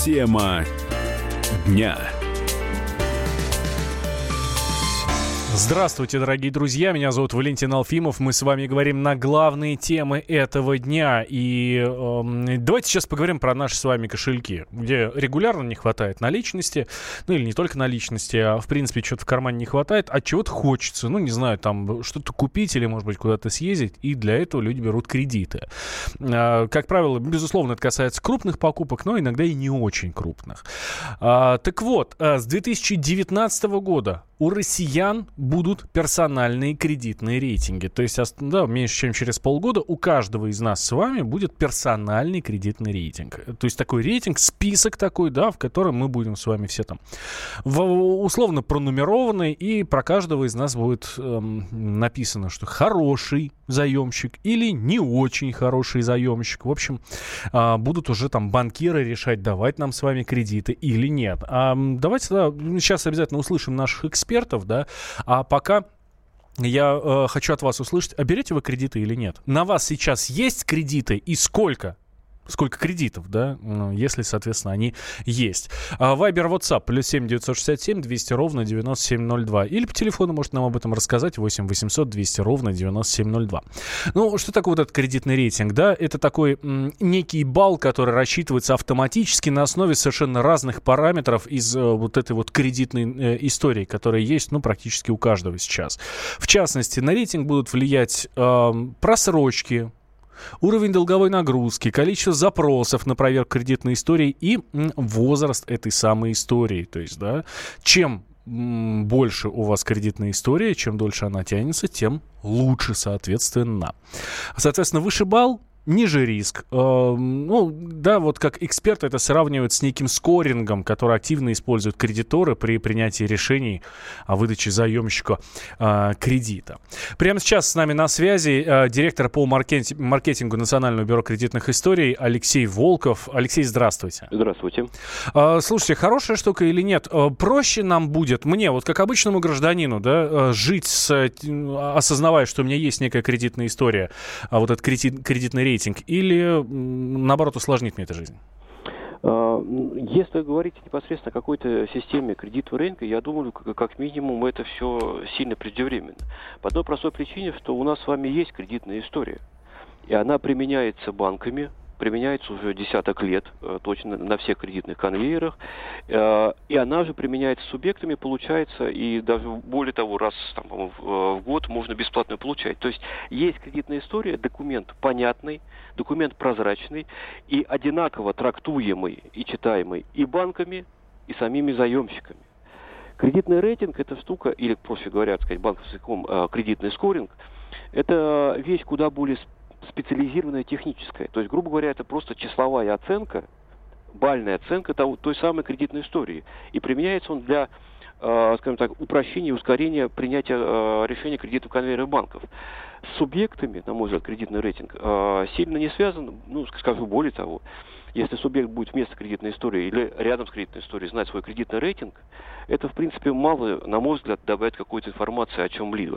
Тема дня. Здравствуйте, дорогие друзья, меня зовут Валентин Алфимов, мы с вами говорим на главные темы этого дня, и давайте сейчас поговорим про наши с вами кошельки, где регулярно не хватает наличности, ну или не только наличности, а в принципе что-то в кармане не хватает, а чего-то хочется, ну не знаю, там что-то купить или может быть куда-то съездить, и для этого люди берут кредиты. Как правило, безусловно, это касается крупных покупок, но иногда и не очень крупных. Так вот, с 2019 года у россиян будут персональные кредитные рейтинги. То есть, да, меньше чем через полгода у каждого из нас с вами будет персональный кредитный рейтинг. То есть такой рейтинг, список такой, да, в котором мы будем с вами все там условно пронумерованы, и про каждого из нас будет написано, что хороший заемщик или не очень хороший заемщик. В общем, будут уже там банкиры решать, давать нам с вами кредиты или нет. Давайте сейчас обязательно услышим наших экспертов, да, а пока я хочу от вас услышать, а берете вы кредиты или нет? На вас сейчас есть кредиты и сколько? Сколько кредитов, да, если, соответственно, они есть. Вайбер, WhatsApp, +7 967 200 ровно 9702. Или по телефону можете нам об этом рассказать, 8 800 200 ровно 9702. Ну, что такое вот этот кредитный рейтинг, да? Это такой некий балл, который рассчитывается автоматически на основе совершенно разных параметров из вот этой вот кредитной истории, которая есть, ну, практически у каждого сейчас. В частности, на рейтинг будут влиять просрочки, уровень долговой нагрузки, количество запросов на проверку кредитной истории и возраст этой самой истории. То есть, да, чем больше у вас кредитная история, чем дольше она тянется, тем лучше, соответственно. Соответственно, выше балл, ниже риск. Ну, да, вот как эксперты это сравнивают с неким скорингом, который активно используют кредиторы при принятии решений о выдаче заемщику кредита. Прямо сейчас с нами на связи директор по маркетингу Национального бюро кредитных историй Алексей Волков. Алексей, здравствуйте. Здравствуйте. Слушайте, хорошая штука или нет? Проще нам будет, мне, вот как обычному гражданину, да, жить, осознавая, что у меня есть некая кредитная история, вот этот кредитный рейтинг, или, наоборот, усложнит мне эту жизнь? Если говорить непосредственно о какой-то системе кредитного рынка, я думаю, как минимум это все сильно преждевременно. По одной простой причине, что у нас с вами есть кредитная история, и она применяется банками, применяется уже десяток лет, точно на всех кредитных конвейерах, и она же применяется субъектами, получается, и даже более того, раз там, в год можно бесплатно получать. То есть есть кредитная история, документ понятный, документ прозрачный и одинаково трактуемый и читаемый и банками, и самими заемщиками. Кредитный рейтинг – это штука, или, проще говоря, так сказать, банковским языком, кредитный скоринг, это вещь куда более специализированная, техническая. То есть, грубо говоря, это просто числовая оценка, бальная оценка той самой кредитной истории. И применяется он для, скажем так, упрощения и ускорения принятия решений кредитных конвейеров банков. С субъектами, на мой взгляд, кредитный рейтинг сильно не связан, ну, скажу более того, если субъект будет вместо кредитной истории или рядом с кредитной историей знать свой кредитный рейтинг, это, в принципе, мало, на мой взгляд, добавит какой-то информации о чем-либо.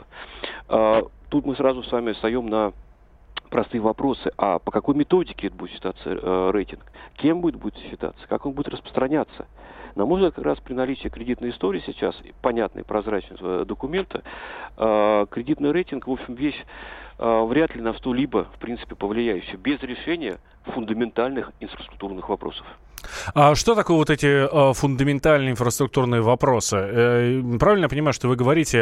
Тут мы сразу с вами встаем на простые вопросы. А по какой методике это будет считаться рейтинг? Кем будет считаться? Как он будет распространяться? На мой взгляд, как раз при наличии кредитной истории сейчас, понятной, прозрачного документа, кредитный рейтинг, в общем, вещь вряд ли на что-либо, в принципе, повлияющая, без решения фундаментальных инфраструктурных вопросов. А что такое вот эти фундаментальные инфраструктурные вопросы? Правильно я понимаю, что вы говорите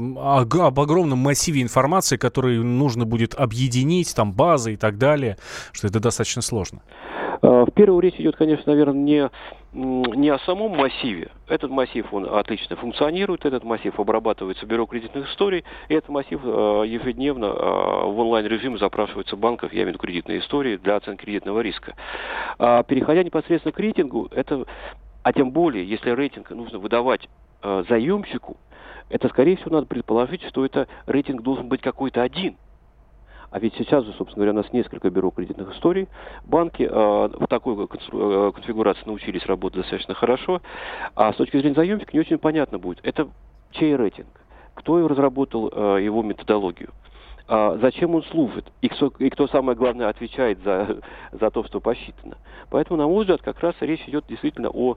об огромном массиве информации, который нужно будет объединить, там, базы и так далее, что это достаточно сложно? В первую речь идет, конечно, наверное, не о самом массиве. Этот массив, он отлично функционирует, этот массив обрабатывается Бюро кредитных историй, и этот массив ежедневно в онлайн-режиме запрашивается банков, я имею в виду кредитные истории, для оценки кредитного риска. Переходя непосредственно к рейтингу, а тем более, если рейтинг нужно выдавать заемщику, это, скорее всего, надо предположить, что это рейтинг должен быть какой-то один. А ведь сейчас же, собственно говоря, у нас несколько бюро кредитных историй. Банки в такой конфигурации научились работать достаточно хорошо. А с точки зрения заемщика не очень понятно будет, это чей рейтинг, кто разработал его методологию. зачем он служит, и кто самое главное отвечает за то, что посчитано. Поэтому, на мой взгляд, как раз речь идет действительно о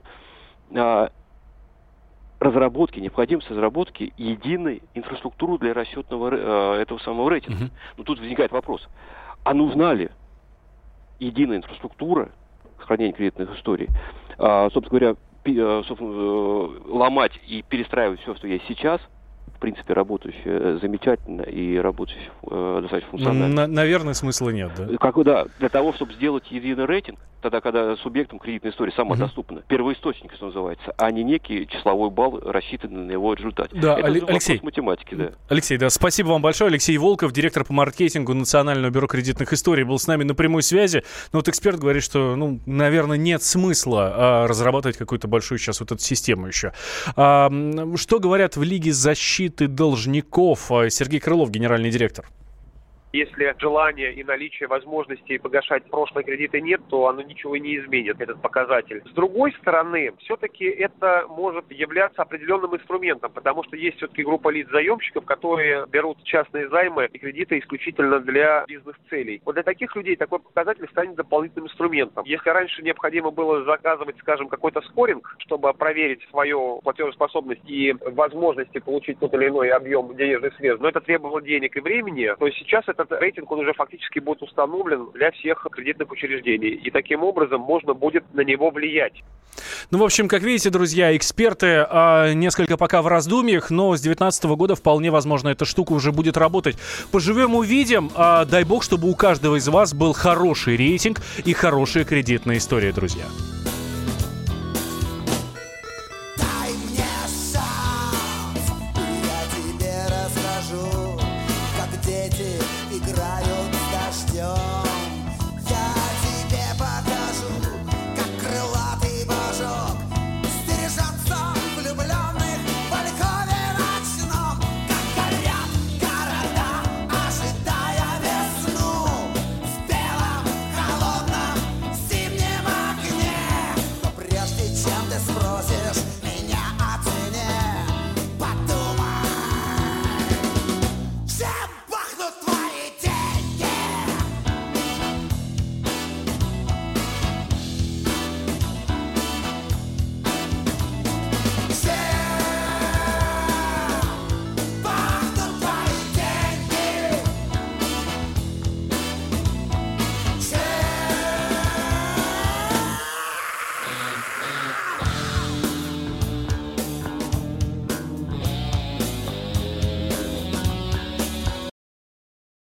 разработке, необходимости разработки единой инфраструктуры для расчетного этого самого рейтинга. Но тут возникает вопрос, а нужна ли единая инфраструктура хранения кредитных историй? Собственно говоря, ломать и перестраивать все, что есть сейчас, в принципе, работающее замечательно и работающее достаточно функционально. Наверное, смысла нет, да? Да, для того, чтобы сделать единый рейтинг, тогда, когда субъектам кредитной истории самодоступна, первоисточник, что называется, а не некий числовой балл, рассчитанный на его результат. Да, это Алексей, вопрос математики, да. Алексей, да, спасибо вам большое. Алексей Волков, директор по маркетингу Национального бюро кредитных историй, был с нами на прямой связи. Но вот эксперт говорит, что, наверное, нет смысла разрабатывать какую-то большую сейчас вот эту систему еще. Что говорят в Лиге защиты должников? Сергей Крылов, генеральный директор. Если желания и наличия возможностей погашать прошлые кредиты нет, то оно ничего и не изменит, этот показатель. С другой стороны, все-таки это может являться определенным инструментом, потому что есть все-таки группа лиц-заемщиков, которые берут частные займы и кредиты исключительно для бизнес-целей. Вот для таких людей такой показатель станет дополнительным инструментом. Если раньше необходимо было заказывать, скажем, какой-то скоринг, чтобы проверить свою платежеспособность и возможности получить тот или иной объем денежных средств, но это требовало денег и времени, то сейчас этот рейтинг, он уже фактически будет установлен для всех кредитных учреждений. И таким образом можно будет на него влиять. В общем, как видите, друзья, эксперты несколько пока в раздумьях, но с 2019 года вполне возможно эта штука уже будет работать. Поживем, увидим. Дай бог, чтобы у каждого из вас был хороший рейтинг и хорошая кредитная история, друзья.